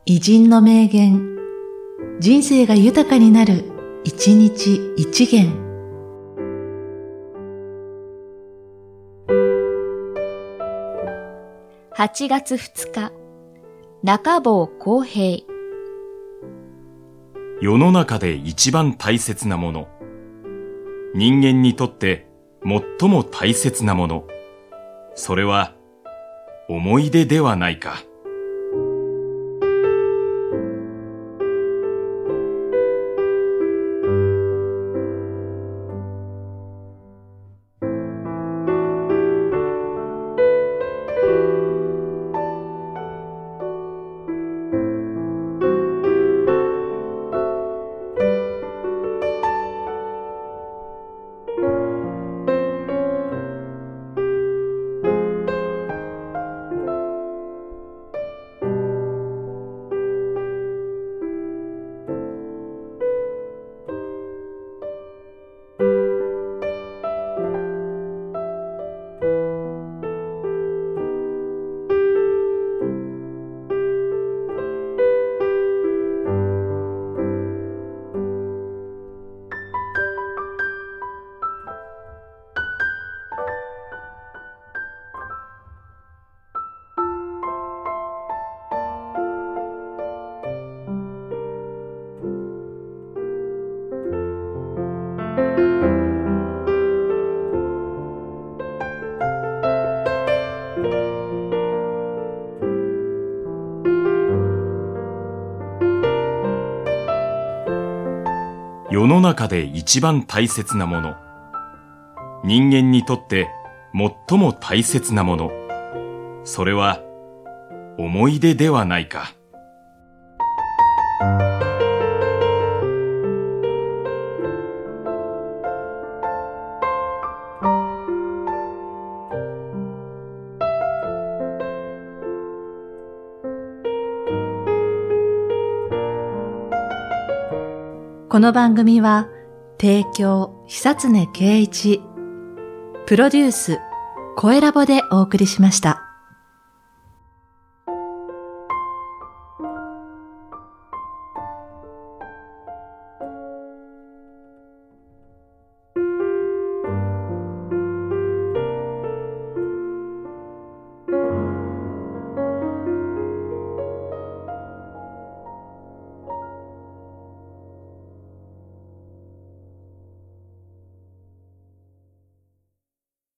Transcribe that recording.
偉人の名言、人生が豊かになる、一日一元。 8月2日、中坊康平。 世の中で一番大切なもの、人間にとって最も大切なもの、それは思い出ではないか。世の中で一番大切なもの、人間にとって最も大切なもの、それは思い出ではないか。 この番組は提供久常圭一、プロデュース声ラボでお送りしました。